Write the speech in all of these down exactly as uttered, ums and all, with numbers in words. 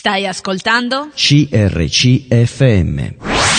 Stai ascoltando C R C F M.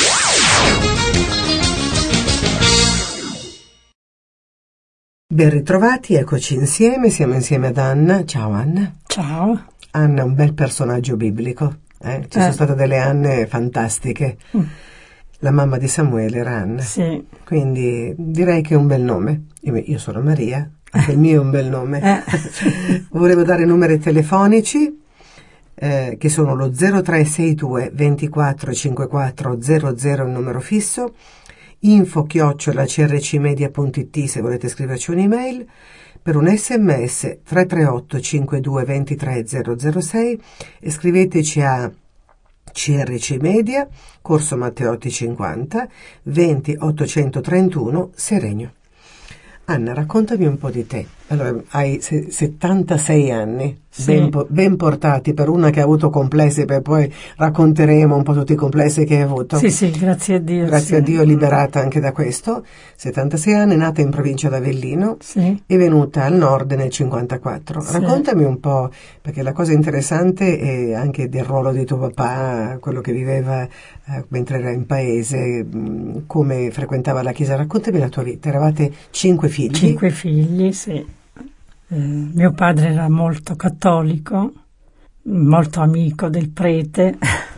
Ben ritrovati, eccoci insieme, siamo insieme ad Anna. Ciao Anna. Ciao. Anna è un bel personaggio biblico, eh? ci eh. sono state delle Anne fantastiche. Mm. La mamma di Samuele era Anna, sì. Quindi direi che è un bel nome. Io, io sono Maria, anche il mio è un bel nome. Eh. Volevo dare numeri telefonici eh, che sono lo zero tre sei due ventiquattro cinquantaquattro zero zero, il numero fisso, info chiocciola crcmedia punto it se volete scriverci un'email, per un sms tre tre otto cinquantadue ventitré zero zero sei e scriveteci a C R C Media, Corso Matteotti cinquanta, venti ottocentotrentuno, Seregno. Anna, raccontami un po' di te. Allora, hai se- settantasei anni, sì. ben, po- ben portati per una che ha avuto complessi, per poi racconteremo un po' tutti i complessi che hai avuto. Sì, sì, grazie a Dio. Grazie sì. a Dio, liberata anche da questo. settantasei anni, nata in provincia d'Avellino, sì. e venuta al nord nel cinquantaquattro. Sì. Raccontami un po', perché la cosa interessante è anche del ruolo di tuo papà, quello che viveva eh, mentre era in paese, mh, come frequentava la chiesa. Raccontami la tua vita. Eravate cinque figli? Cinque figli, sì. Eh, mio padre era molto cattolico, molto amico del prete.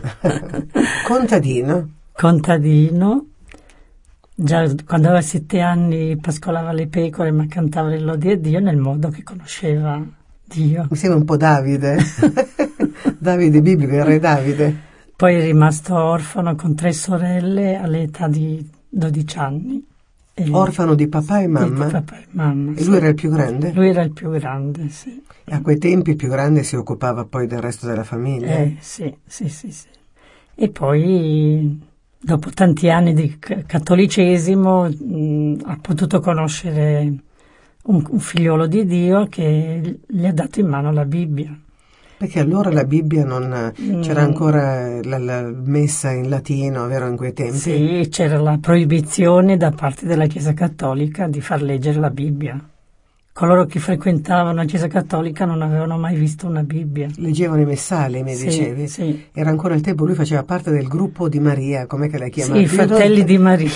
Contadino? Contadino. Già quando aveva sette anni pascolava le pecore ma cantava le lodi a Dio nel modo che conosceva Dio. Mi sembra un po' Davide. Davide biblico, il re Davide. Poi è rimasto orfano con tre sorelle all'età di dodici anni. Orfano di papà e mamma? Di papà e mamma. E sì. lui era il più grande? Lui era il più grande, sì. E a quei tempi il più grande si occupava poi del resto della famiglia? Eh, sì, sì, sì, sì. E poi, dopo tanti anni di c- cattolicesimo, mh, ha potuto conoscere un, un figliolo di Dio che gli ha dato in mano la Bibbia. Perché allora la Bibbia non... c'era ancora la, la messa in latino, vero, in quei tempi? Sì, c'era la proibizione da parte della Chiesa Cattolica di far leggere la Bibbia. Coloro che frequentavano la Chiesa Cattolica non avevano mai visto una Bibbia. Leggevano i messali, mi sì, dicevi? Sì. Era ancora il tempo, lui faceva parte del gruppo di Maria, com'è che la chiamava? Sì, i fratelli di Maria.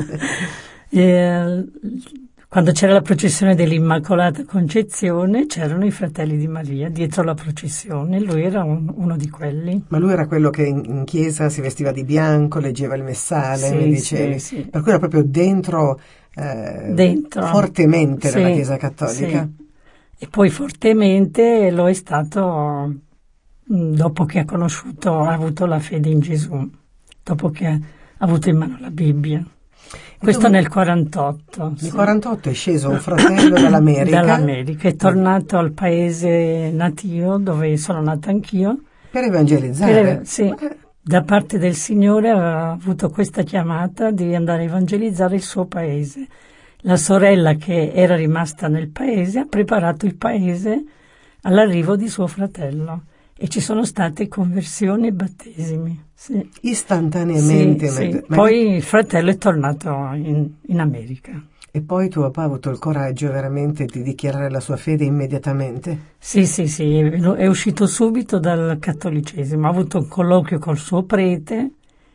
e, Quando c'era la processione dell'Immacolata Concezione c'erano i fratelli di Maria dietro la processione, lui era un, uno di quelli. Ma lui era quello che in, in chiesa si vestiva di bianco, leggeva il messale, sì, mi dicevi? Sì, sì. Per cui era proprio dentro, eh, dentro. fortemente sì, nella Chiesa Cattolica. Sì. E poi fortemente lo è stato dopo che ha conosciuto, ha avuto la fede in Gesù, dopo che ha avuto in mano la Bibbia. Questo nel quarantotto. Nel sì. quarantotto è sceso un fratello dall'America. Dall'America, è tornato al paese nativo dove sono nata anch'io. Per evangelizzare? Per, sì, da parte del Signore aveva avuto questa chiamata di andare a evangelizzare il suo paese. La sorella che era rimasta nel paese ha preparato il paese all'arrivo di suo fratello. E ci sono state conversioni e battesimi. Sì. Istantaneamente. Sì, sì. Ma... Poi il fratello è tornato in, in America. E poi tuo papà ha avuto il coraggio veramente di dichiarare la sua fede immediatamente? Sì, sì, sì, è uscito subito dal cattolicesimo. Ha avuto un colloquio col suo prete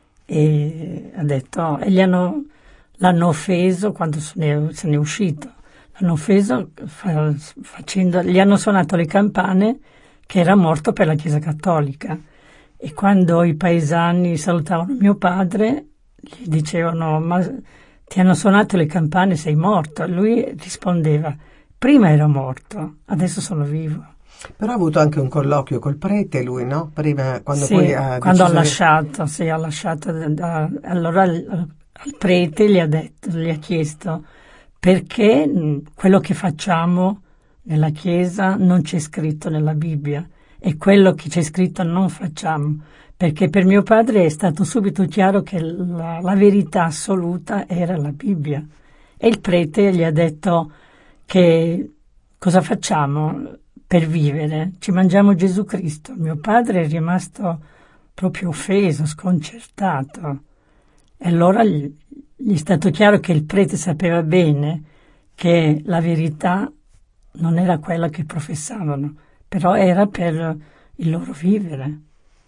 e ha detto, e gli hanno, l'hanno offeso quando se ne, se ne è uscito. L'hanno offeso fa, facendo, gli hanno suonato le campane che era morto per la Chiesa Cattolica, e quando i paesani salutavano mio padre gli dicevano ma ti hanno suonato le campane, sei morto, e lui rispondeva prima ero morto, adesso sono vivo. Però ha avuto anche un colloquio col prete lui, no? Prima, quando sì, poi ha quando ha di... lasciato, sì, ha lasciato da, da, allora al, al prete gli ha detto, gli ha chiesto perché quello che facciamo nella Chiesa non c'è scritto nella Bibbia, e quello che c'è scritto non facciamo, perché per mio padre è stato subito chiaro che la, la verità assoluta era la Bibbia. E il prete gli ha detto che cosa facciamo per vivere? Ci mangiamo Gesù Cristo. Mio padre è rimasto proprio offeso, sconcertato. E allora gli, gli è stato chiaro che il prete sapeva bene che la verità non era quella che professavano, però era per il loro vivere.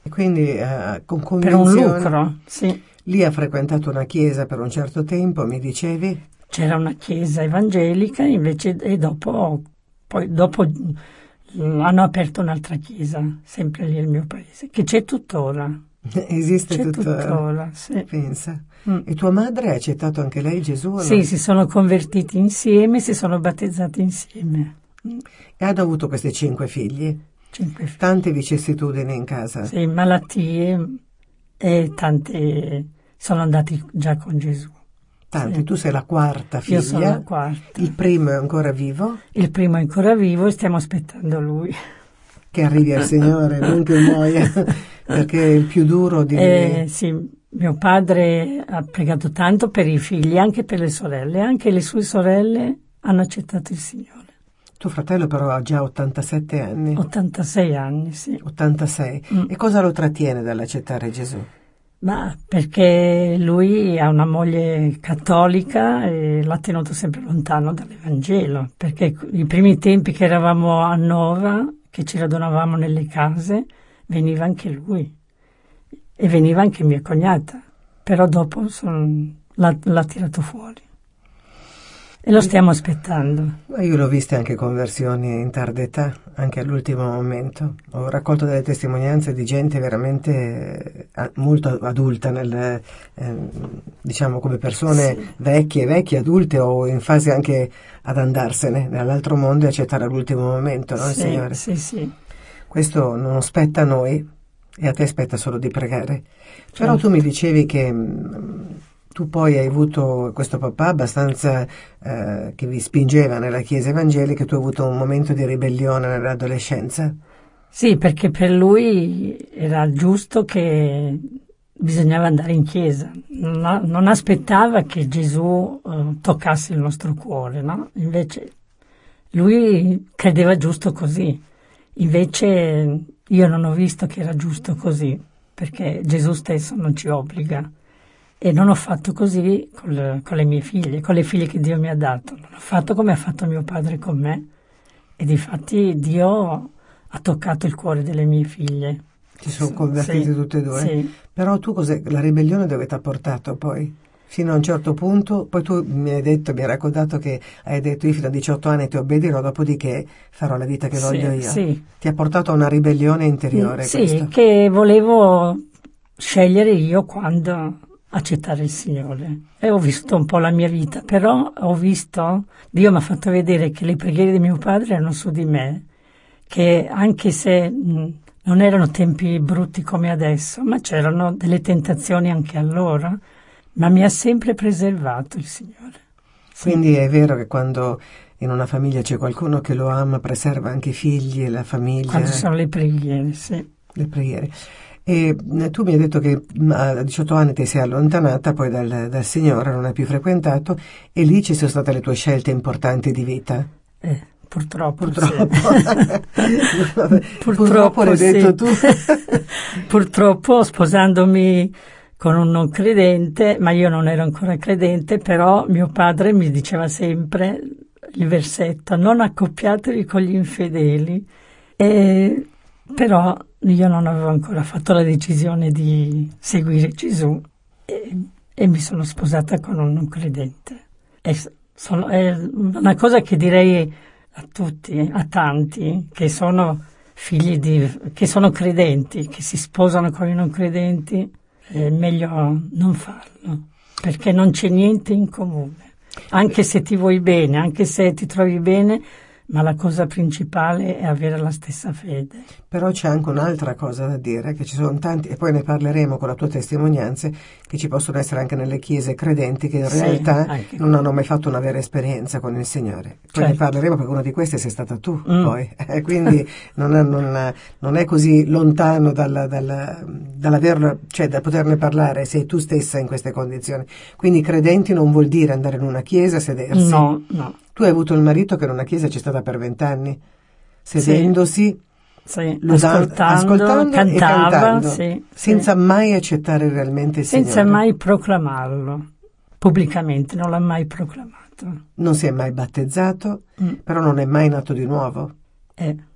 E quindi eh, con Per un convinzione... lucro, sì. Lì ha frequentato una chiesa per un certo tempo, mi dicevi? C'era una chiesa evangelica, invece, e dopo, poi dopo hanno aperto un'altra chiesa, sempre lì nel mio paese, che c'è tuttora. Esiste c'è tuttora? tuttora, sì. Pensa. Mm. E tua madre ha accettato anche lei Gesù? O no? Sì, si sono convertiti insieme, si sono battezzati insieme. E hanno avuto questi cinque figli? Cinque figli. Tante vicissitudini in casa? Sì, malattie e tante sono andati già con Gesù. Tanti, Sì. Tu sei la quarta figlia? Io sono la quarta. Il primo è ancora vivo? Il primo è ancora vivo e stiamo aspettando lui. Che arrivi al Signore, non che muoia, perché è il più duro di... Eh, sì, mio padre ha pregato tanto per i figli, anche per le sorelle, anche le sue sorelle hanno accettato il Signore. Tuo fratello però ha già ottantasette anni? ottantasei anni, sì. ottantasei. Mm. E cosa lo trattiene dall'accettare Gesù? Ma perché lui ha una moglie cattolica e l'ha tenuto sempre lontano dall'Evangelo, perché i primi tempi che eravamo a Nova, che ci radunavamo nelle case, veniva anche lui e veniva anche mia cognata, però dopo son, l'ha, l'ha tirato fuori e lo stiamo aspettando. Ma io l'ho viste anche conversioni in tarda età, anche all'ultimo momento. Ho raccolto delle testimonianze di gente veramente eh, molto adulta, nel, eh, diciamo come persone sì. vecchie, vecchie, adulte o in fase anche ad andarsene nell'altro mondo e accettare all'ultimo momento, no, sì, il Signore? Sì, sì. Questo non spetta a noi e a te spetta solo di pregare. Certo. Però tu mi dicevi che mh, tu poi hai avuto questo papà abbastanza eh, che vi spingeva nella chiesa evangelica, tu hai avuto un momento di ribellione nell'adolescenza? Sì, perché per lui era giusto che bisognava andare in chiesa, non, non aspettava che Gesù eh, toccasse il nostro cuore, no? Invece lui credeva giusto così, invece io non ho visto che era giusto così, perché Gesù stesso non ci obbliga. E non ho fatto così con le, con le mie figlie, con le figlie che Dio mi ha dato. Non ho fatto come ha fatto mio padre con me. E difatti Dio ha toccato il cuore delle mie figlie. Ti sono convertite sì, tutte e due? Sì. Però tu cos'è? La ribellione dove ti ha portato poi? Fino a un certo punto, poi tu mi hai detto, mi hai raccontato che hai detto io fino a diciotto anni ti obbedirò, dopodiché farò la vita che sì, voglio io. Sì. Ti ha portato a una ribellione interiore? Sì, questo? Che volevo scegliere io quando accettare il Signore. E ho vissuto un po' la mia vita, però ho visto, Dio mi ha fatto vedere che le preghiere di mio padre erano su di me, che anche se mh, non erano tempi brutti come adesso, ma c'erano delle tentazioni anche allora, ma mi ha sempre preservato il Signore. Sì. Quindi è vero che quando in una famiglia c'è qualcuno che lo ama, preserva anche i figli, la famiglia. Quando sono le preghiere, sì. Le preghiere. E tu mi hai detto che a diciotto anni ti sei allontanata poi dal, dal Signore, non hai più frequentato, e lì ci sono state le tue scelte importanti di vita. Eh, purtroppo. Purtroppo. Sì. purtroppo, purtroppo l'hai sì. detto tu. Purtroppo sposandomi con un non credente, ma io non ero ancora credente, però mio padre mi diceva sempre il versetto: non accoppiatevi con gli infedeli. E, però io non avevo ancora fatto la decisione di seguire Gesù e, e mi sono sposata con un non credente. E sono, è una cosa che direi a tutti, a tanti, che sono figli di, che sono credenti, che si sposano con i non credenti, è meglio non farlo, perché non c'è niente in comune. Anche se ti vuoi bene, anche se ti trovi bene, ma la cosa principale è avere la stessa fede. Però c'è anche un'altra cosa da dire, che ci sono tanti, e poi ne parleremo con la tua testimonianza, che ci possono essere anche nelle chiese credenti che in sì, realtà non con... hanno mai fatto una vera esperienza con il Signore. Poi certo. ne parleremo perché una di queste sei stata tu, mm. poi. Eh, quindi non, è, non, non è così lontano dalla, dalla, dall'averlo, cioè da poterne parlare, sei tu stessa in queste condizioni. Quindi credenti non vuol dire andare in una chiesa, sedersi. No, no. Tu hai avuto il marito che in una chiesa c'è stata per vent'anni, sedendosi, sì, lo ascoltando, ascoltando cantava, e cantando, sì, senza sì. mai accettare realmente il senza Signore. mai proclamarlo pubblicamente, non l'ha mai proclamato. Non si è mai battezzato, mm. però non è mai nato di nuovo. Eh.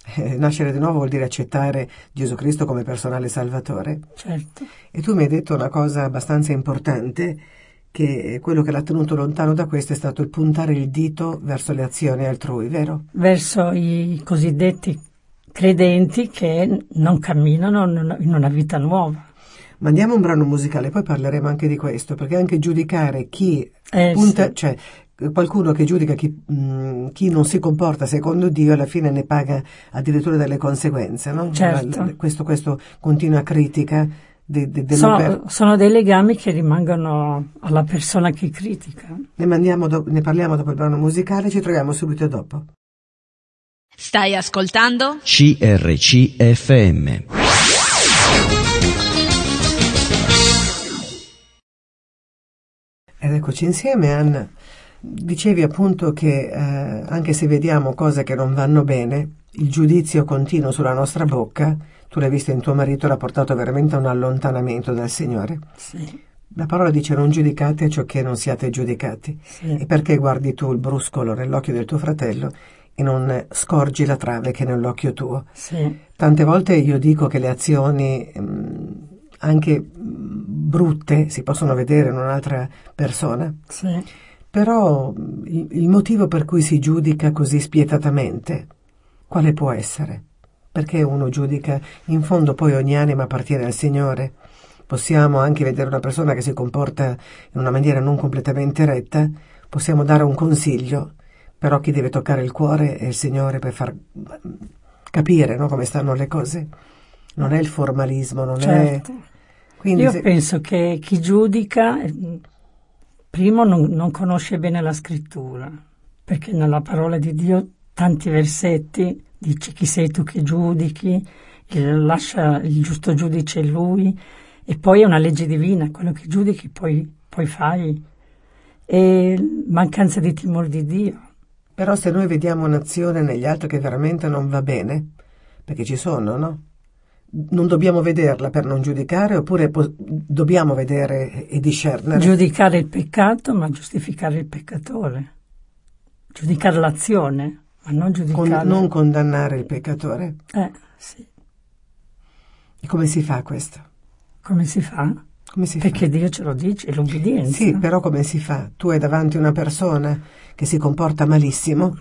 Eh, nascere di nuovo vuol dire accettare Gesù Cristo come personale salvatore. Certo. E tu mi hai detto una cosa abbastanza importante, che quello che l'ha tenuto lontano da questo è stato il puntare il dito verso le azioni altrui, vero? Verso i cosiddetti credenti che non camminano in una vita nuova. Mandiamo un brano musicale, poi parleremo anche di questo, perché anche giudicare chi Eh, punta, sì. cioè qualcuno che giudica chi, mh, chi non si comporta secondo Dio alla fine ne paga addirittura delle conseguenze, no? Certo. La, la, questo, questo continua critica de, de, de sono, per... sono dei legami che rimangono alla persona che critica. Ne, mandiamo do, ne parliamo dopo il brano musicale, ci troviamo subito dopo. Stai ascoltando? C R C F M. Ed eccoci insieme, Anna. Dicevi appunto che eh, anche se vediamo cose che non vanno bene, il giudizio continuo sulla nostra bocca, tu l'hai visto in tuo marito, l'ha portato veramente a un allontanamento dal Signore. Sì. La parola dice: non giudicate ciò che non siate giudicati. Sì. E perché guardi tu il bruscolo nell'occhio del tuo fratello e non scorgi la trave che è nell'occhio tuo? Sì. Tante volte io dico che le azioni mh, anche brutte si possono vedere in un'altra persona, Sì. però il, il motivo per cui si giudica così spietatamente, quale può essere? Perché uno giudica? In fondo poi ogni anima appartiene al Signore. Possiamo anche vedere una persona che si comporta in una maniera non completamente retta, possiamo dare un consiglio, però chi deve toccare il cuore è il Signore per far capire, no, come stanno le cose. Non è il formalismo, non Certo. è... Quindi Io se... penso che chi giudica, primo, non, non conosce bene la scrittura, perché nella parola di Dio tanti versetti dice: chi sei tu che giudichi, lascia il giusto giudice lui, e poi è una legge divina, quello che giudichi poi, poi fai, e mancanza di timore di Dio. Però se noi vediamo un'azione negli altri che veramente non va bene, perché ci sono, no? Non dobbiamo vederla per non giudicare, oppure po- dobbiamo vedere e discernere? Giudicare il peccato, ma giustificare il peccatore. Giudicare l'azione, ma non giudicare... Con, non condannare il peccatore. Eh, sì. E come si fa questo? Come si fa? Come si Perché fa? Dio ce lo dice, è l'obbedienza. Sì, però come si fa? Tu hai davanti una persona che si comporta malissimo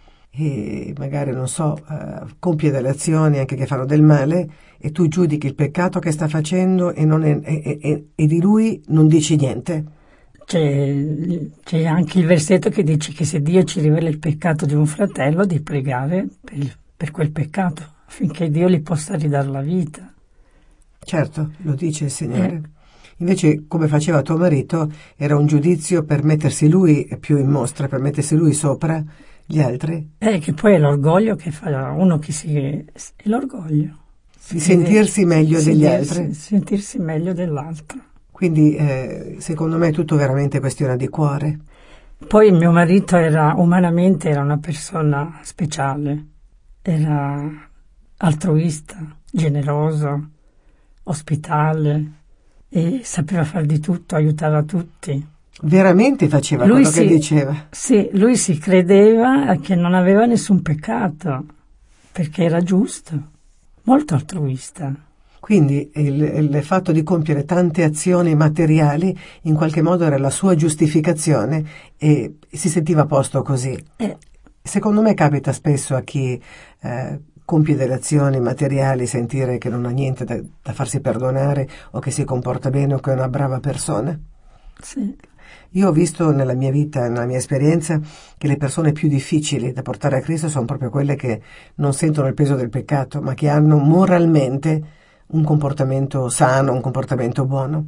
e magari, non so, uh, compie delle azioni anche che fanno del male, e tu giudichi il peccato che sta facendo e, non è, e, e, e di lui non dici niente. C'è, c'è anche il versetto che dice che se Dio ci rivela il peccato di un fratello, di pregare per, il, per quel peccato, affinché Dio gli possa ridare la vita. Certo, lo dice il Signore. Eh. Invece, come faceva tuo marito, era un giudizio per mettersi lui più in mostra, per mettersi lui sopra gli altri. Eh, che poi è l'orgoglio che fa uno che si... è l'orgoglio. Di sentirsi meglio si degli sentirsi, altri. Sentirsi meglio dell'altro. Quindi, eh, secondo me, è tutto veramente questione di cuore. Poi mio marito era, umanamente, era una persona speciale. Era altruista, generoso, ospitale, e sapeva fare di tutto, aiutava tutti. Veramente faceva lui quello si, che diceva. Sì, lui si credeva che non aveva nessun peccato, perché era giusto, molto altruista. Quindi il, il fatto di compiere tante azioni materiali in qualche modo era la sua giustificazione e si sentiva a posto così. Eh. Secondo me capita spesso a chi eh, compie delle azioni materiali sentire che non ha niente da, da farsi perdonare, o che si comporta bene, o che è una brava persona. Sì. Io ho visto nella mia vita, nella mia esperienza, che le persone più difficili da portare a Cristo sono proprio quelle che non sentono il peso del peccato, ma che hanno moralmente un comportamento sano, un comportamento buono.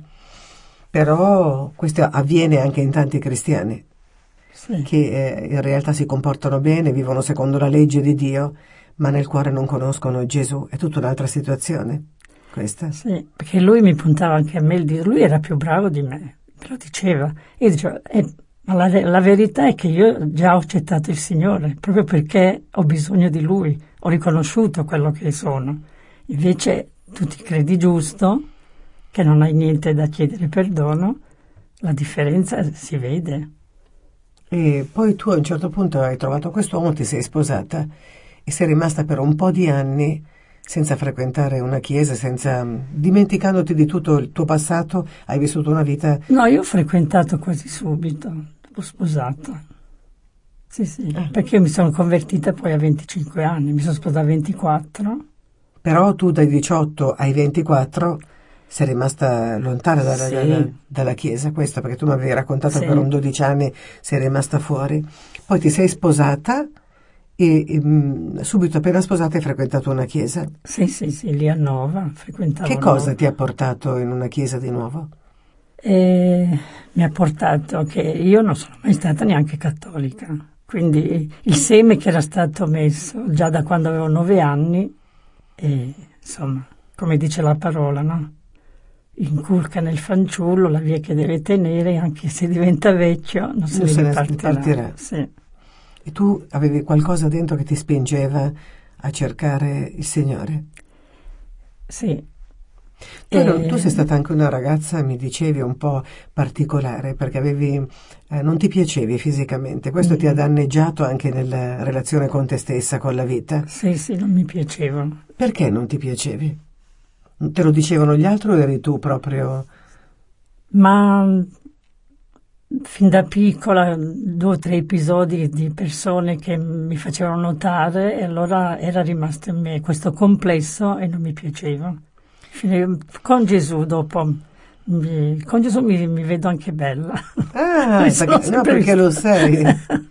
Però questo avviene anche in tanti cristiani, Sì. che eh, in realtà si comportano bene, vivono secondo la legge di Dio, ma nel cuore non conoscono Gesù. È tutta un'altra situazione questa. Sì, perché lui mi puntava anche a me il dito, lui era più bravo di me, me lo diceva. Io dicevo, eh, ma la, la verità è che io già ho accettato il Signore, proprio perché ho bisogno di Lui, ho riconosciuto quello che sono. Invece tu ti credi giusto, che non hai niente da chiedere perdono, la differenza si vede. E poi tu a un certo punto hai trovato quest'uomo, ti sei sposata, e sei rimasta per un po' di anni senza frequentare una chiesa, senza dimenticandoti di tutto il tuo passato, hai vissuto una vita... No, io ho frequentato quasi subito, dopo sposata. Sì, sì, ah. Perché io mi sono convertita poi a venticinque anni, mi sono sposata a ventiquattro. Però tu dai diciotto ai ventiquattro sei rimasta lontana dalla, sì. dalla, dalla chiesa, questo perché tu mi avevi raccontato sì. che per un dodici anni sei rimasta fuori. Poi ti sei sposata e, e mh, subito appena sposata hai frequentato una chiesa. Sì, sì, sì, lì a Nova frequentavo. Che cosa Nova. ti ha portato in una chiesa di nuovo? E mi ha portato che io non sono mai stata neanche cattolica, quindi il seme che era stato messo già da quando avevo nove anni, e, insomma, come dice la parola, no? Inculca nel fanciullo la via che deve tenere, anche se diventa vecchio non se, non ne se ne ripartirà. partirà. Sì. E tu avevi qualcosa dentro che ti spingeva a cercare il Signore? Sì. Tu, e... tu sei stata anche una ragazza, mi dicevi, un po' particolare, perché avevi, eh, non ti piacevi fisicamente. Questo mm. ti ha danneggiato anche nella relazione con te stessa, con la vita? Sì, sì, non mi piaceva. Perché non ti piacevi? Te lo dicevano gli altri o eri tu proprio... Ma fin da piccola due o tre episodi di persone che mi facevano notare e allora era rimasto in me questo complesso e non mi piaceva. Con Gesù dopo, mi, con Gesù mi, mi vedo anche bella. Ah, perché, no, perché lo sei.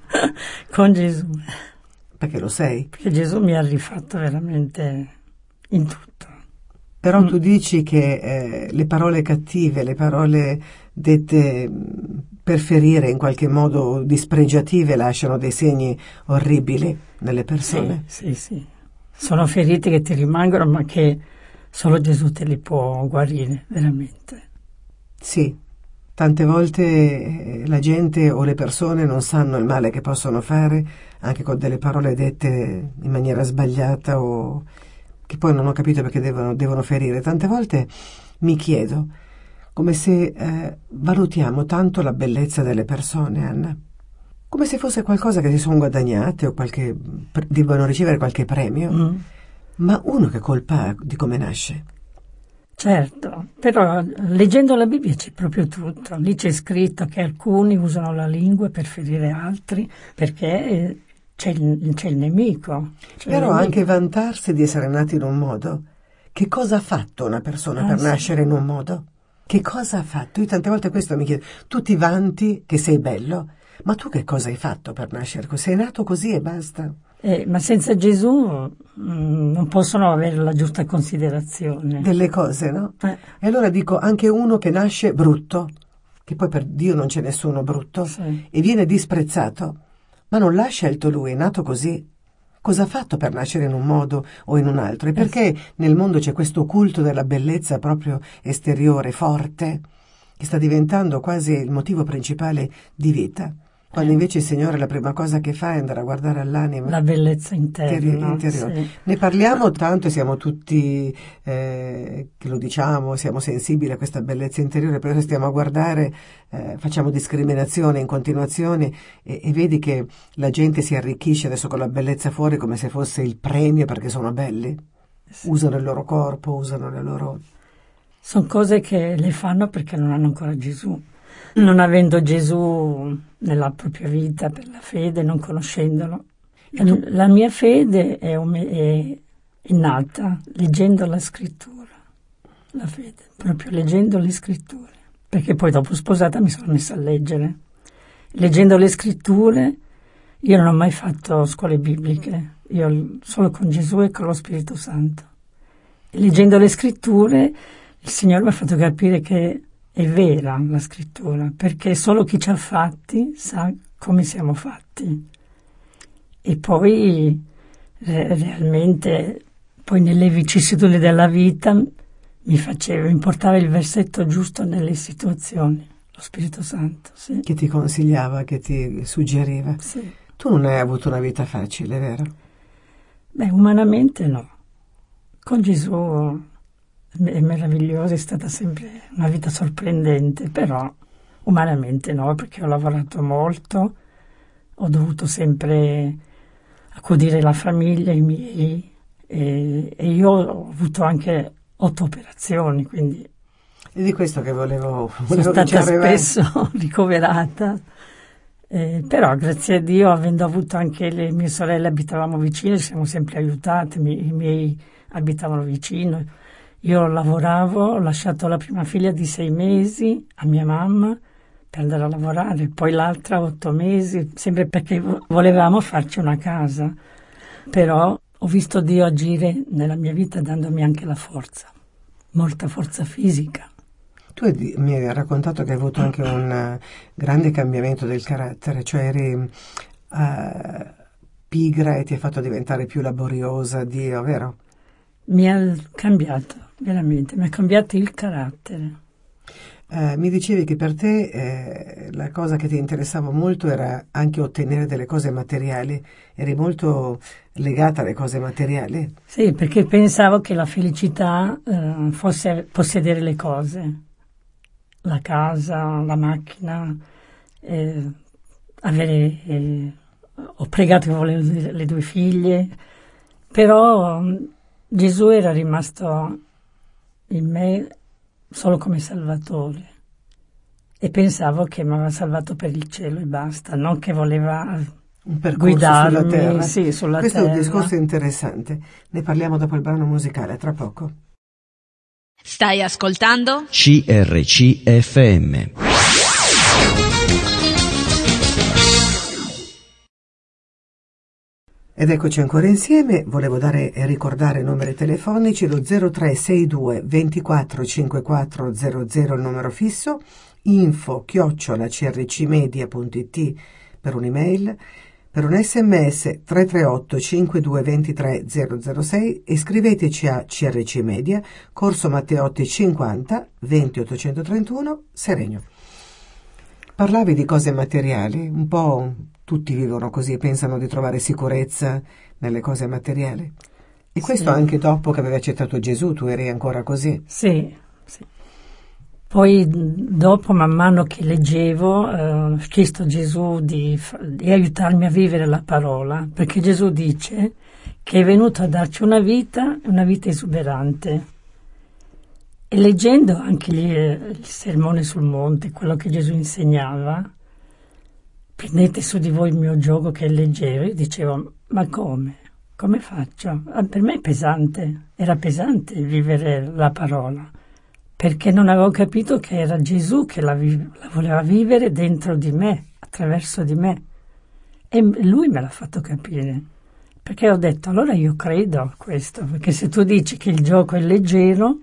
Con Gesù. Perché lo sei. Perché Gesù mi ha rifatto veramente in tutto. Però mm. tu dici che eh, le parole cattive, le parole dette per ferire, in qualche modo dispregiative, lasciano dei segni orribili nelle persone. Sì, sì, sì. Sono ferite che ti rimangono, ma che solo Gesù te li può guarire, veramente. Sì, tante volte la gente o le persone non sanno il male che possono fare, anche con delle parole dette in maniera sbagliata o che poi non ho capito perché devono, devono ferire. Tante volte mi chiedo, come se eh, valutiamo tanto la bellezza delle persone, Anna, come se fosse qualcosa che si sono guadagnate o qualche, devono ricevere qualche premio. Mm. Ma uno che colpa ha di come nasce? Certo, però leggendo la Bibbia c'è proprio tutto. Lì c'è scritto che alcuni usano la lingua per ferire altri perché c'è il, c'è il nemico. C'è Però il nemico. Anche vantarsi di essere nati in un modo. Che cosa ha fatto una persona ah, per sì. nascere in un modo? Che cosa ha fatto? Io tante volte questo mi chiedo. Tu ti vanti che sei bello, ma tu che cosa hai fatto per nascere così? Sei nato così e basta. Eh, ma senza Gesù mh, non possono avere la giusta considerazione delle cose, no? Eh. E allora dico, anche uno che nasce brutto, che poi per Dio non c'è nessuno brutto, sì. e viene disprezzato, ma non l'ha scelto lui, è nato così. Cosa ha fatto per nascere in un modo o in un altro? E perché eh. nel mondo c'è questo culto della bellezza proprio esteriore, forte, che sta diventando quasi il motivo principale di vita? Quando invece il Signore la prima cosa che fa è andare a guardare all'anima. La bellezza interna. Interiore. Sì. Ne parliamo tanto e siamo tutti, eh, che lo diciamo, siamo sensibili a questa bellezza interiore, però se stiamo a guardare, eh, facciamo discriminazione in continuazione e, e vedi che la gente si arricchisce adesso con la bellezza fuori come se fosse il premio perché sono belli. Sì. Usano il loro corpo, usano le loro... Sono cose che le fanno perché non hanno ancora Gesù. Non avendo Gesù nella propria vita per la fede, non conoscendolo. La mia fede è, è, è nata leggendo la scrittura, la fede, proprio leggendo le scritture, perché poi dopo sposata mi sono messa a leggere. Leggendo le scritture, io non ho mai fatto scuole bibliche, io solo con Gesù e con lo Spirito Santo. E leggendo le scritture, il Signore mi ha fatto capire che è vera la scrittura, perché solo chi ci ha fatti sa come siamo fatti. E poi re- realmente poi nelle vicissitudini della vita mi faceva, mi portava il versetto giusto nelle situazioni, lo Spirito Santo, sì. Che ti consigliava, che ti suggeriva. Sì. Tu non hai avuto una vita facile, vero? Beh, umanamente no. Con Gesù è meravigliosa, è stata sempre una vita sorprendente, però umanamente no, perché ho lavorato molto, ho dovuto sempre accudire la famiglia, i miei, e, e io ho avuto anche otto operazioni, quindi è di questo che volevo, sono volevo stata arrivare. spesso ricoverata, eh, però grazie a Dio, avendo avuto anche le mie sorelle, abitavamo vicino, ci siamo sempre aiutate, mi, i miei abitavano vicino, io lavoravo, ho lasciato la prima figlia di sei mesi a mia mamma per andare a lavorare, poi l'altra otto mesi, sempre perché volevamo farci una casa, però ho visto Dio agire nella mia vita dandomi anche la forza, molta forza fisica. Tu hai- mi hai raccontato che hai avuto anche un eh, grande cambiamento del carattere, cioè eri eh, pigra e ti ha fatto diventare più laboriosa, Dio, vero? Mi ha cambiato, veramente, mi ha cambiato il carattere. Eh, mi dicevi che per te eh, la cosa che ti interessava molto era anche ottenere delle cose materiali, eri molto legata alle cose materiali. Sì, perché pensavo che la felicità eh, fosse possedere le cose, la casa, la macchina, eh, avere... eh, ho pregato che volevo le due figlie, però mm, Gesù era rimasto in me solo come Salvatore e pensavo che mi aveva salvato per il cielo e basta, non che voleva Un percorso guidarmi sulla terra. sì, sulla Questo terra. è un discorso interessante, ne parliamo dopo il brano musicale, tra poco. Stai ascoltando? C R C F M. Ed eccoci ancora insieme, volevo dare e ricordare i numeri telefonici, lo zero tre sei due ventiquattro cinquantaquattro zero zero il numero fisso, info chiocciola crcmedia.it per un'email, per un sms tre tre otto cinquantadue ventitré zero zero sei e scriveteci a C R C Media, Corso Matteotti cinquanta, venti ottocentotrentuno, Seregno. Parlavi di cose materiali, un po' tutti vivono così e pensano di trovare sicurezza nelle cose materiali. E questo Sì. anche dopo che avevi accettato Gesù, tu eri ancora così. Sì, sì. Poi dopo, man mano che leggevo, eh, ho chiesto a Gesù di, di aiutarmi a vivere la parola, perché Gesù dice che è venuto a darci una vita, una vita esuberante. E leggendo anche gli, il sermone sul monte, quello che Gesù insegnava, prendete su di voi il mio giogo che è leggero, io dicevo, ma come? Come faccio? Ah, per me è pesante, era pesante vivere la parola, perché non avevo capito che era Gesù che la, vi- la voleva vivere dentro di me, attraverso di me. E lui me l'ha fatto capire, perché ho detto, allora io credo a questo, perché se tu dici che il gioco è leggero,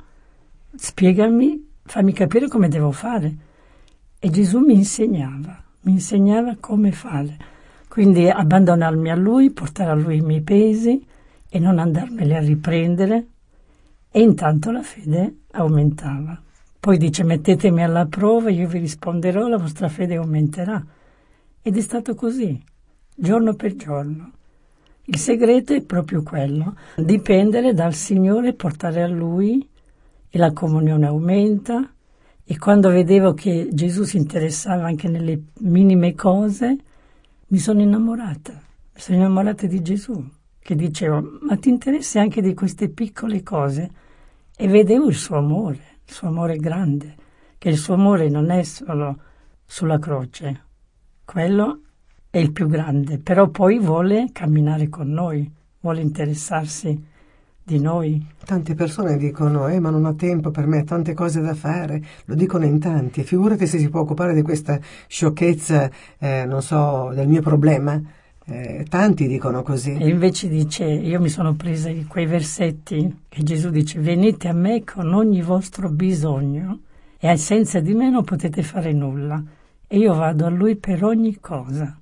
spiegami, fammi capire come devo fare. E Gesù mi insegnava, mi insegnava come fare. Quindi abbandonarmi a Lui, portare a Lui i miei pesi e non andarmeli a riprendere. E intanto la fede aumentava. Poi dice, mettetemi alla prova, io vi risponderò, la vostra fede aumenterà. Ed è stato così, giorno per giorno. Il segreto è proprio quello, dipendere dal Signore, portare a Lui, e la comunione aumenta, e quando vedevo che Gesù si interessava anche nelle minime cose, mi sono innamorata, mi sono innamorata di Gesù, che dicevo, ma ti interessi anche di queste piccole cose? E vedevo il suo amore, il suo amore grande, che il suo amore non è solo sulla croce, quello è il più grande, però poi vuole camminare con noi, vuole interessarsi di noi. Tante persone dicono, eh ma non ho tempo, per me, tante cose da fare, lo dicono in tanti, figurati se si può occupare di questa sciocchezza, eh, non so, del mio problema, eh, tanti dicono così. E invece dice, io mi sono presa di quei versetti che Gesù dice, venite a me con ogni vostro bisogno e senza di me non potete fare nulla, e io vado a Lui per ogni cosa.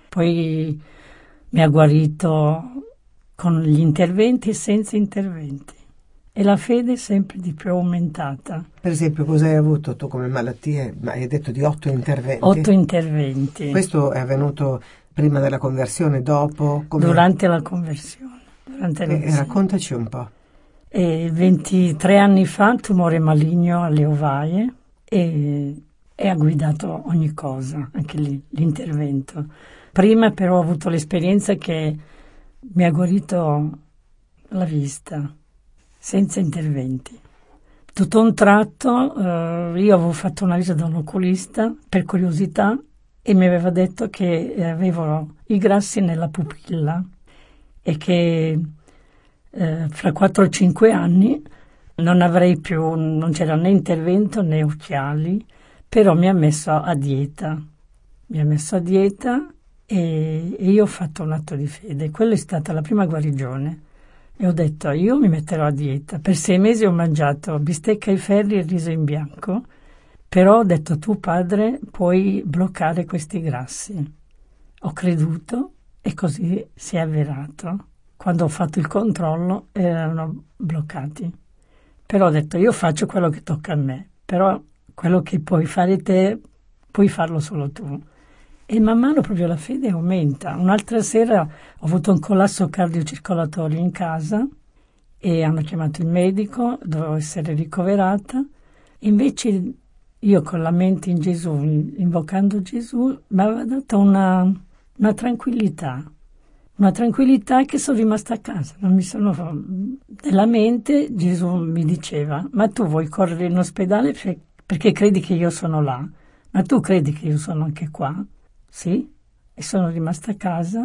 Poi mi ha guarito con gli interventi e senza interventi. E la fede è sempre di più aumentata. Per esempio, cosa hai avuto tu come malattie? Hai detto di otto interventi. Otto interventi. Questo è avvenuto prima della conversione, dopo? Come... Durante la conversione. Durante e, e raccontaci un po'. E ventitré anni fa, tumore maligno alle ovaie, e, e ha guidato ogni cosa, anche lì, l'intervento. Prima però ho avuto l'esperienza che mi ha guarito la vista, senza interventi. Tutto a un tratto eh, io avevo fatto una visita da un oculista per curiosità e mi aveva detto che avevo i grassi nella pupilla e che eh, fra quattro o cinque anni non avrei più, non c'era né intervento né occhiali, però mi ha messo a dieta. Mi ha messo a dieta e, e io ho fatto un atto di fede. Quella è stata la prima guarigione. E ho detto, io mi metterò a dieta. Per sei mesi ho mangiato bistecca ai ferri e riso in bianco, però ho detto, tu padre puoi bloccare questi grassi. Ho creduto e così si è avverato. Quando ho fatto il controllo erano bloccati. Però ho detto, io faccio quello che tocca a me, però quello che puoi fare te, puoi farlo solo tu. E man mano proprio la fede aumenta. Un'altra sera ho avuto un collasso cardiocircolatorio in casa e hanno chiamato il medico, dovevo essere ricoverata. Invece io con la mente in Gesù, invocando Gesù, mi aveva dato una, una tranquillità. Una tranquillità che sono rimasta a casa, non mi sono... Nella mente Gesù mi diceva, ma tu vuoi correre in ospedale perché credi che io sono là, ma tu credi che io sono anche qua? Sì, e sono rimasta a casa,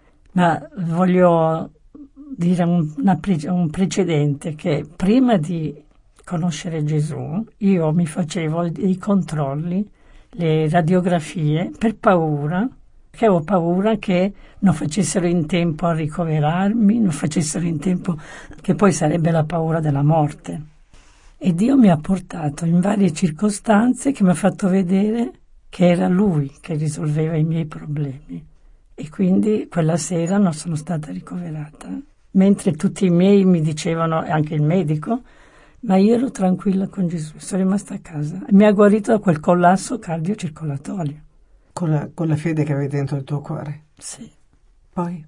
ma voglio dire un, una, un precedente, che prima di conoscere Gesù io mi facevo i controlli, le radiografie, per paura, che avevo paura che non facessero in tempo a ricoverarmi, non facessero in tempo, che poi sarebbe la paura della morte. E Dio mi ha portato in varie circostanze che mi ha fatto vedere che era Lui che risolveva i miei problemi. E quindi quella sera non sono stata ricoverata. Mentre tutti i miei mi dicevano, e anche il medico, ma io ero tranquilla con Gesù, sono rimasta a casa. E mi ha guarito da quel collasso cardiocircolatorio. Con la, con la fede che avevi dentro il tuo cuore? Sì. Poi?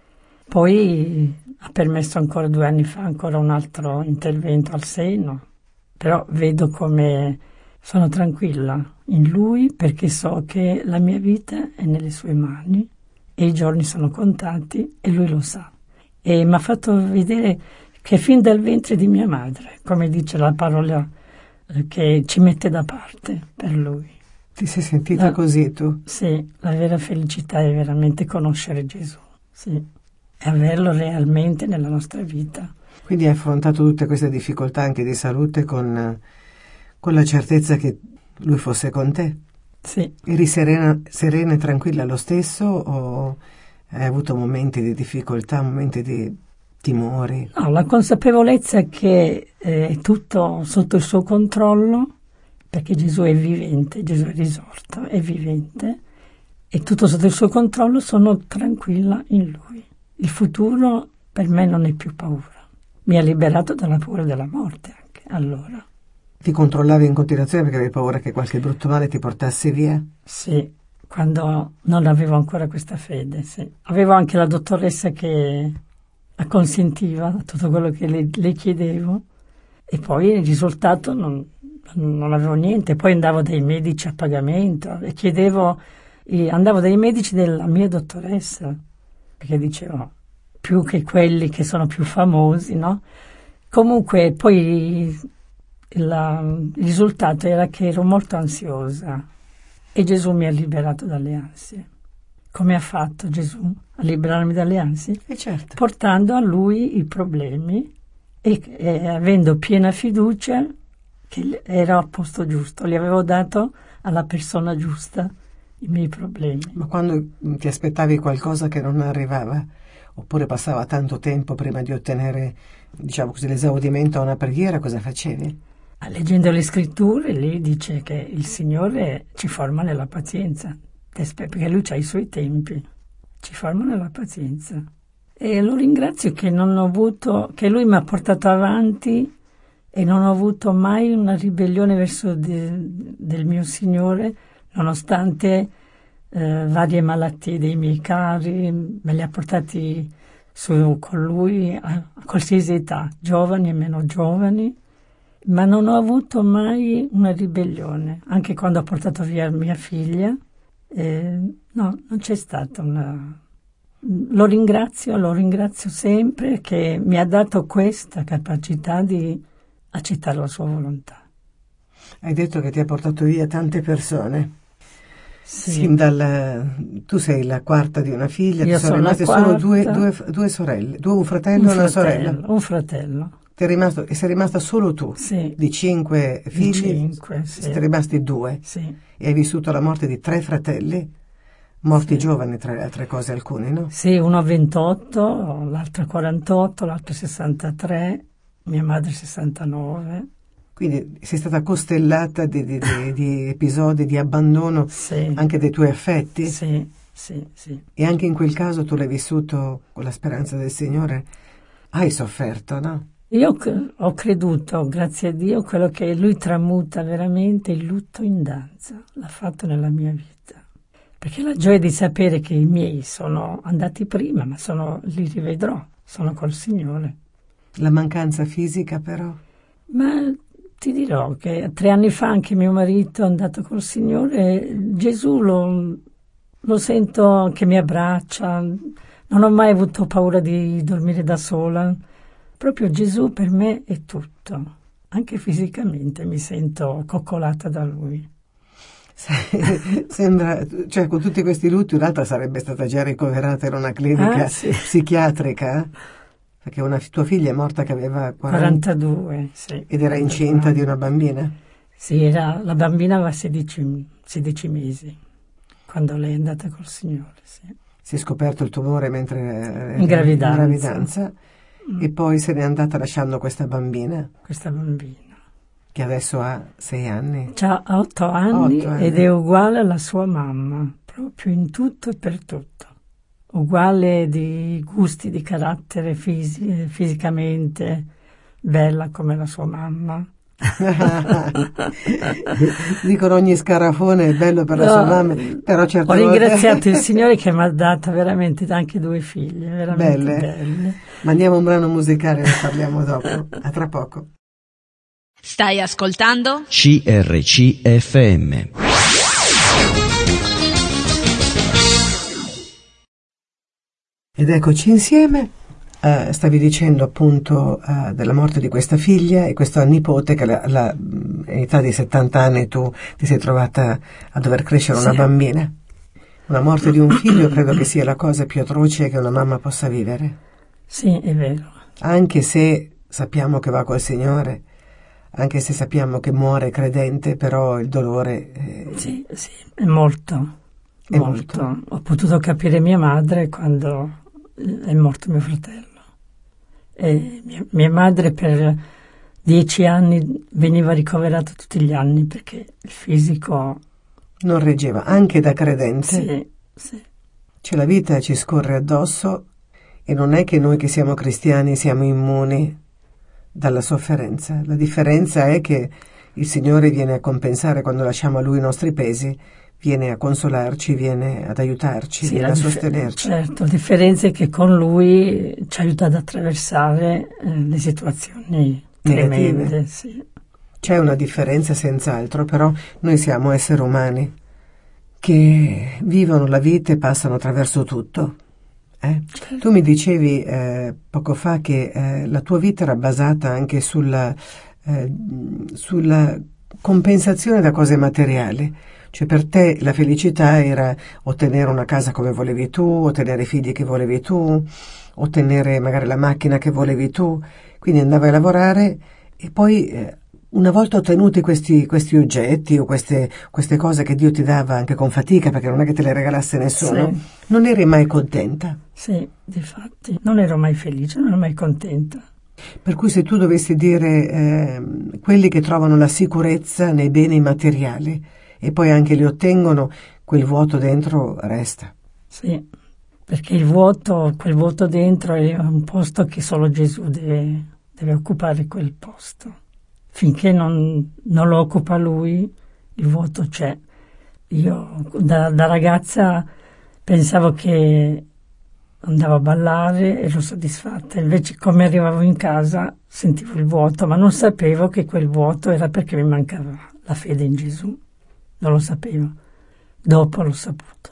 Poi ha permesso ancora due anni fa ancora un altro intervento al seno, però vedo come sono tranquilla in Lui perché so che la mia vita è nelle sue mani e i giorni sono contati e Lui lo sa. E mi ha fatto vedere che fin dal ventre di mia madre, come dice la parola, eh, che ci mette da parte per Lui. Ti sei sentita la, così tu? Sì, la vera felicità è veramente conoscere Gesù, sì, e averlo realmente nella nostra vita. Quindi hai affrontato tutte queste difficoltà anche di salute con, con la certezza che Lui fosse con te? Sì. Eri serena, serena e tranquilla lo stesso o hai avuto momenti di difficoltà, momenti di timori? No, la consapevolezza che eh, è tutto sotto il suo controllo, perché Gesù è vivente, Gesù è risorto, è vivente, e tutto sotto il suo controllo, sono tranquilla in Lui. Il futuro per me non è più paura. Mi ha liberato dalla paura della morte anche, allora. Ti controllavi in continuazione perché avevi paura che qualche brutto male ti portasse via? Sì, quando non avevo ancora questa fede, sì. Avevo anche la dottoressa che acconsentiva a tutto quello che le, le chiedevo, e poi il risultato non... non avevo niente, poi andavo dai medici a pagamento e chiedevo, andavo dai medici della mia dottoressa, perché dicevo, più che quelli che sono più famosi, no? Comunque poi la, il risultato era che ero molto ansiosa e Gesù mi ha liberato dalle ansie. Come ha fatto Gesù a liberarmi dalle ansie? E certo. Portando a Lui i problemi e, e avendo piena fiducia che era al posto giusto, li avevo dato alla persona giusta i miei problemi. Ma quando ti aspettavi qualcosa che non arrivava, oppure passava tanto tempo prima di ottenere, diciamo così, l'esaudimento a una preghiera, cosa facevi? Leggendo le scritture, lì dice che il Signore ci forma nella pazienza, perché Lui ha i Suoi tempi, ci forma nella pazienza. E lo ringrazio che non ho avuto, che Lui mi ha portato avanti e non ho avuto mai una ribellione verso de, del mio Signore, nonostante eh, varie malattie dei miei cari, me li ha portati su, con Lui a, a qualsiasi età, giovani e meno giovani, ma non ho avuto mai una ribellione, anche quando ho portato via mia figlia, eh, no, non c'è stata una, lo ringrazio, lo ringrazio sempre che mi ha dato questa capacità di accettare la sua volontà. Hai detto che ti ha portato via tante persone. Sì. Sin dal, tu sei la quarta di una figlia, Io ti sono sono la rimaste solo due, quarta. due, due sorelle, due, un fratello Un e una fratello, sorella. un fratello. Ti è rimasto, e sei rimasta solo tu, Sì. di cinque Di figli, cinque, sì. siete rimasti due, Sì. e hai vissuto la morte di tre fratelli, morti Sì. giovani tra le altre cose alcuni, no? Sì, uno a ventotto, l'altro a quarantotto, l'altro a sessantatré, mia madre sessantanove. Quindi sei stata costellata di, di, di, di episodi di abbandono Sì. anche dei tuoi affetti? Sì, sì, sì. E anche in quel caso tu l'hai vissuto con la speranza del Signore? Hai sofferto, no? Io c- ho creduto, grazie a Dio, quello che lui tramuta veramente il lutto in danza, l'ha fatto nella mia vita. Perché la gioia di sapere che i miei sono andati prima, ma sono, li rivedrò, sono col Signore. La mancanza fisica però? Ma ti dirò che tre anni fa anche mio marito è andato col Signore, Gesù lo, lo sento che mi abbraccia, non ho mai avuto paura di dormire da sola. Proprio Gesù per me è tutto, anche fisicamente mi sento coccolata da lui. Sembra, cioè con tutti questi lutti un'altra sarebbe stata già ricoverata in una clinica ah, sì. psichiatrica, perché una tua figlia è morta che aveva quaranta quarantadue, sì. Ed era incinta di una bambina? Sì, era, la bambina aveva sedici, sedici mesi, quando lei è andata col Signore, sì. Si è scoperto il tumore mentre era in gravidanza. in gravidanza mm. E poi se n'è andata lasciando questa bambina. Questa bambina. Che adesso ha sei anni. Ha otto anni, Otto anni ed è uguale alla sua mamma, proprio in tutto e per tutto. Uguale di gusti, di carattere, fisi- fisicamente, bella come la sua mamma. Dicono ogni scarafone è bello per la no, sua mamma, però certe ho volte... ringraziato il Signore che mi ha dato veramente anche due figlie, veramente belle. belle. Mandiamo un brano musicale, ne parliamo dopo. A tra poco. Stai ascoltando? C R C F M. Ed eccoci insieme. Uh, stavi dicendo appunto uh, della morte di questa figlia e questo nipote che la, la, in età di settanta anni tu ti sei trovata a dover crescere una sì. bambina. Una morte di un figlio credo che sia la cosa più atroce che una mamma possa vivere. Sì, è vero. Anche se sappiamo che va col Signore, anche se sappiamo che muore credente, però il dolore... È... Sì, sì, è molto, è molto. molto. Ho potuto capire mia madre quando è morto mio fratello. E mia, mia madre per dieci anni veniva ricoverata tutti gli anni perché il fisico... Non reggeva, anche da credente. Sì, sì. Cioè la vita ci scorre addosso e non è che noi che siamo cristiani siamo immuni dalla sofferenza. La differenza è che il Signore viene a compensare quando lasciamo a Lui i nostri pesi, viene a consolarci, viene ad aiutarci, sì, viene a dif- sostenerci. Certo, la differenza è che con Lui ci aiuta ad attraversare eh, le situazioni negative. Tremende, sì. C'è una differenza senz'altro, però noi siamo esseri umani che vivono la vita e passano attraverso tutto. Eh? Certo. Tu mi dicevi eh, poco fa che eh, la tua vita era basata anche sulla, eh, sulla compensazione da cose materiali. Cioè per te la felicità era ottenere una casa come volevi tu, ottenere i figli che volevi tu, ottenere magari la macchina che volevi tu. Quindi andavi a lavorare e poi eh, una volta ottenuti questi, questi oggetti o queste, queste cose che Dio ti dava anche con fatica, perché non è che te le regalasse nessuno, Sì. non eri mai contenta. Sì, difatti, non ero mai felice, non ero mai contenta. Per cui se tu dovessi dire eh, quelli che trovano la sicurezza nei beni materiali e poi anche li ottengono, quel vuoto dentro resta. Sì, perché il vuoto, quel vuoto dentro è un posto che solo Gesù deve, deve occupare quel posto. Finché non, non lo occupa lui, il vuoto c'è. Io da, da ragazza pensavo che andavo a ballare e ero soddisfatta, invece come arrivavo in casa sentivo il vuoto, ma non sapevo che quel vuoto era perché mi mancava la fede in Gesù, non lo sapevo, dopo l'ho saputo.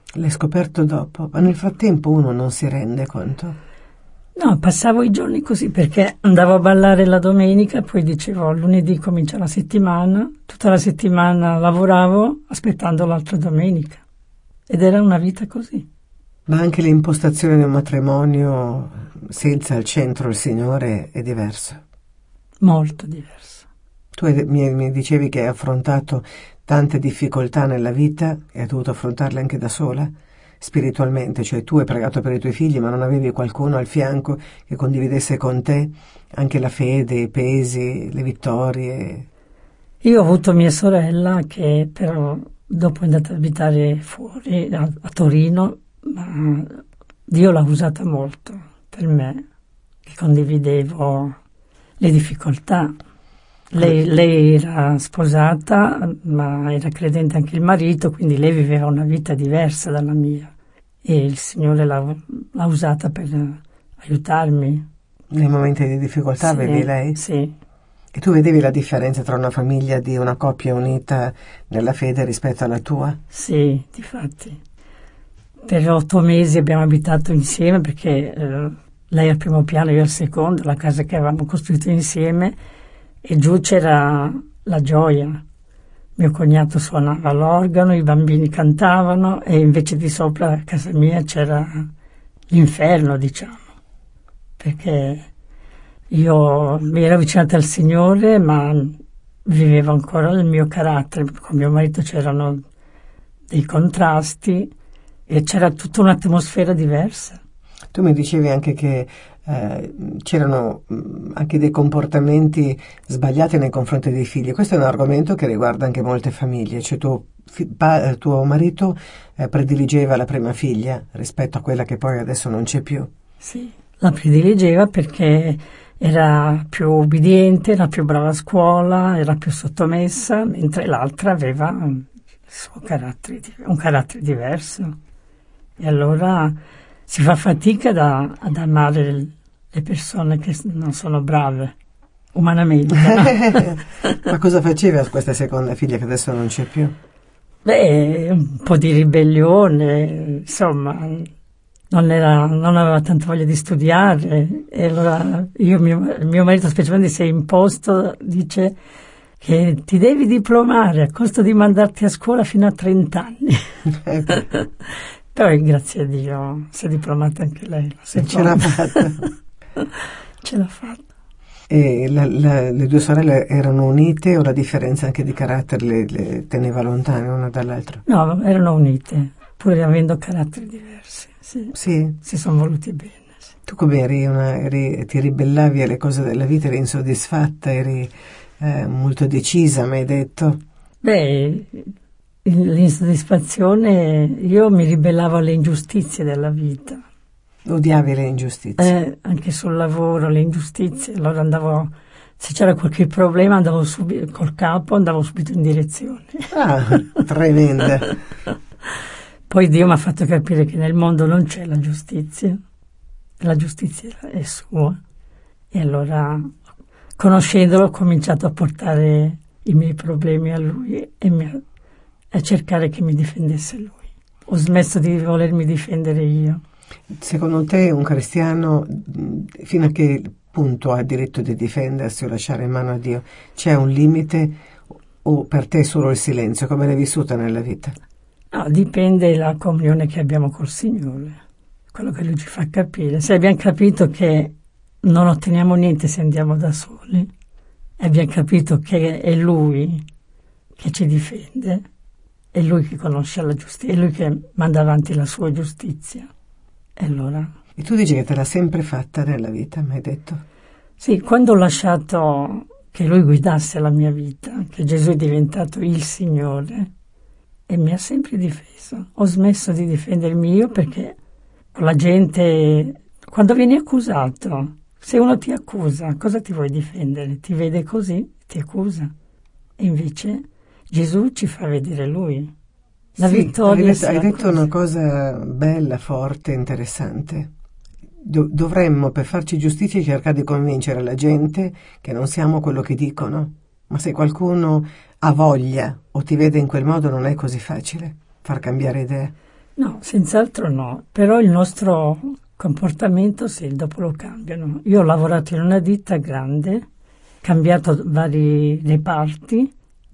L'hai scoperto dopo, ma nel frattempo uno non si rende conto. No, passavo i giorni così perché andavo a ballare la domenica, poi dicevo lunedì comincia la settimana, tutta la settimana lavoravo aspettando l'altra domenica ed era una vita così. Ma anche l'impostazione di un matrimonio senza al centro il Signore è diverso. Molto diverso. Tu hai, mi, mi dicevi che hai affrontato tante difficoltà nella vita e hai dovuto affrontarle anche da sola? Spiritualmente, cioè tu hai pregato per i tuoi figli ma non avevi qualcuno al fianco che condividesse con te anche la fede, i pesi, le vittorie? Io ho avuto mia sorella che però dopo è andata ad abitare fuori, a, a Torino, ma Dio l'ha usata molto per me, che condividevo le difficoltà. Lei, lei era sposata, ma era credente anche il marito, quindi lei viveva una vita diversa dalla mia e il Signore l'ha, l'ha usata per aiutarmi. Nei momenti di difficoltà Sì, avevi lei? Sì. E tu vedevi la differenza tra una famiglia di una coppia unita nella fede rispetto alla tua? Sì, difatti. Per otto mesi abbiamo abitato insieme perché eh, lei al primo piano, io al secondo, la casa che avevamo costruito insieme. E giù c'era la gioia. Mio cognato suonava l'organo, i bambini cantavano e invece di sopra a casa mia c'era l'inferno, diciamo. Perché io mi ero avvicinata al Signore, ma vivevo ancora il mio carattere. Con mio marito c'erano dei contrasti e c'era tutta un'atmosfera diversa. Tu mi dicevi anche che eh, c'erano mh, anche dei comportamenti sbagliati nei confronti dei figli. Questo è un argomento che riguarda anche molte famiglie. Cioè tuo, fi- pa- tuo marito eh, prediligeva la prima figlia rispetto a quella che poi adesso non c'è più. Sì, la prediligeva perché era più obbediente, era più brava a scuola, era più sottomessa, mentre l'altra aveva il suo carattere, un carattere diverso. E allora si fa fatica da, ad amare le persone che non sono brave, umanamente. No? Ma cosa faceva questa seconda figlia che adesso non c'è più? Beh, un po' di ribellione, insomma, non, era, non aveva tanta voglia di studiare. E allora io, mio, mio marito specialmente si è imposto, dice che ti devi diplomare a costo di mandarti a scuola fino a trenta anni. Poi, grazie a Dio, si è diplomata anche lei. Se ce l'ha fatta. Ce l'ha fatta. E la, la, le due sorelle erano unite o la differenza anche di carattere le, le teneva lontane una dall'altra? No, erano unite, pur avendo caratteri diversi. Sì. Sì. Si sono voluti bene. Sì. Tu come eri, una, eri? Ti ribellavi alle cose della vita, eri insoddisfatta, eri eh, molto decisa, mi hai detto? Beh, l'insoddisfazione, io mi ribellavo alle ingiustizie della vita. Odiavi le ingiustizie? Eh, anche sul lavoro, le ingiustizie. Allora andavo, se c'era qualche problema, andavo subito col capo, andavo subito in direzione. Ah, tremenda. Poi Dio mi ha fatto capire che nel mondo non c'è la giustizia, la giustizia è sua. E allora, conoscendolo, ho cominciato a portare i miei problemi a lui e mi ha, a cercare che mi difendesse lui. Ho smesso di volermi difendere io. Secondo te un cristiano fino a che punto ha diritto di difendersi o lasciare in mano a Dio? C'è un limite o per te solo il silenzio? Come l'hai vissuta nella vita? No, dipende dalla comunione che abbiamo col Signore, quello che Lui ci fa capire. Se abbiamo capito che non otteniamo niente se andiamo da soli, e abbiamo capito che è Lui che ci difende, è Lui che conosce la giustizia, è Lui che manda avanti la sua giustizia. E allora... E tu dici che te l'ha sempre fatta nella vita, mi hai detto? Sì, quando ho lasciato che Lui guidasse la mia vita, che Gesù è diventato il Signore, e mi ha sempre difeso. Ho smesso di difendermi io perché la gente, quando vieni accusato, se uno ti accusa, cosa ti vuoi difendere? Ti vede così, ti accusa. E invece Gesù ci fa vedere Lui. La sì, vittoria hai detto, hai detto così. una cosa bella, forte, interessante. Do- dovremmo, per farci giustizia, cercare di convincere la gente che non siamo quello che dicono. Ma se qualcuno ha voglia o ti vede in quel modo non è così facile far cambiare idea. No, senz'altro no, però il nostro comportamento sì, dopo lo cambiano. Io ho lavorato in una ditta grande, cambiato vari reparti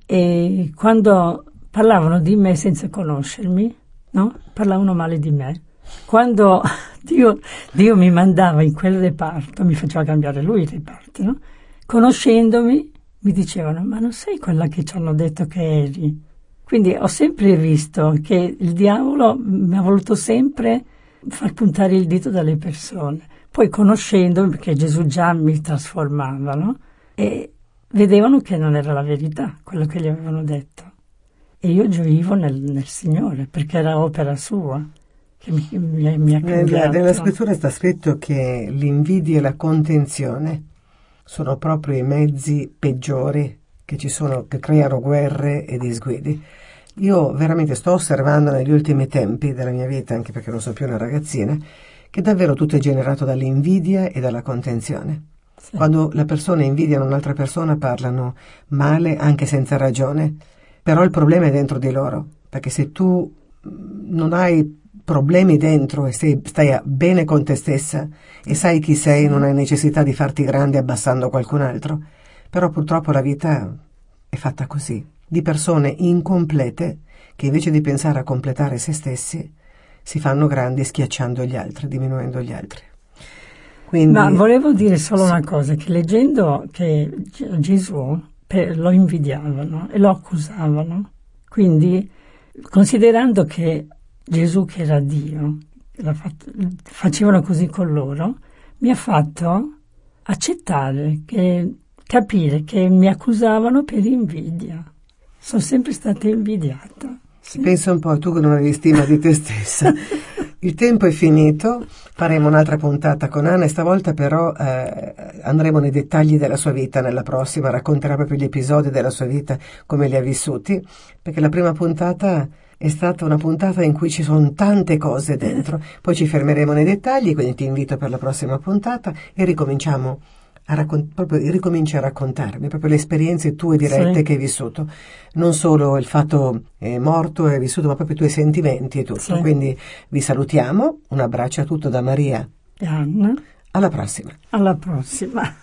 e quando parlavano di me senza conoscermi, no? Parlavano male di me. Quando Dio, Dio mi mandava in quel reparto, mi faceva cambiare lui il reparto, no? Conoscendomi mi dicevano, ma non sei quella che ci hanno detto che eri? Quindi ho sempre visto che il diavolo mi ha voluto sempre far puntare il dito dalle persone. Poi conoscendomi, perché Gesù già mi trasformava, no? E vedevano che non era la verità, quello che gli avevano detto. E io gioivo nel, nel Signore, perché era opera sua, che mi, mi, mi ha cambiato. Nella scrittura sta scritto che l'invidia e la contenzione sono proprio i mezzi peggiori che ci sono, che creano guerre e disguidi. Io veramente sto osservando negli ultimi tempi della mia vita, anche perché non sono più una ragazzina, che davvero tutto è generato dall'invidia e dalla contenzione. Sì. Quando le persone invidiano un'altra persona parlano male anche senza ragione, però il problema è dentro di loro, perché se tu non hai problemi dentro e sei, stai bene con te stessa e sai chi sei, non hai necessità di farti grande abbassando qualcun altro. Però purtroppo la vita è fatta così, di persone incomplete che invece di pensare a completare se stessi si fanno grandi schiacciando gli altri, diminuendo gli altri. Quindi, ma volevo dire solo sì. una cosa, che leggendo che Gesù per, lo invidiavano e lo accusavano, quindi considerando che Gesù che era Dio, fatto, facevano così con loro, mi ha fatto accettare che capire che mi accusavano per invidia. Sono sempre stata invidiata. Sì. Pensa un po', tu che non avevi stima di te stessa. Il tempo è finito, faremo un'altra puntata con Anna e stavolta però eh, andremo nei dettagli della sua vita. Nella prossima racconterà proprio gli episodi della sua vita, come li ha vissuti, perché la prima puntata è stata una puntata in cui ci sono tante cose dentro. Poi ci fermeremo nei dettagli, quindi ti invito per la prossima puntata e ricominciamo a raccont- proprio ricominci a raccontarmi proprio le esperienze tue dirette sì. che hai vissuto, non solo il fatto eh, morto hai vissuto, ma proprio i tuoi sentimenti e tutto. Sì. Quindi vi salutiamo, un abbraccio a tutto da Maria e Anna. Alla prossima. Alla prossima.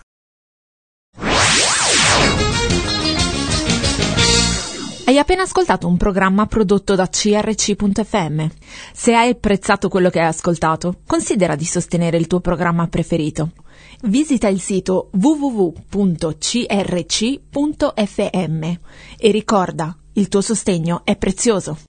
Hai appena ascoltato un programma prodotto da C R C punto F M. Se hai apprezzato quello che hai ascoltato, considera di sostenere il tuo programma preferito. Visita il sito w w w punto c r c punto f m e ricorda, il tuo sostegno è prezioso.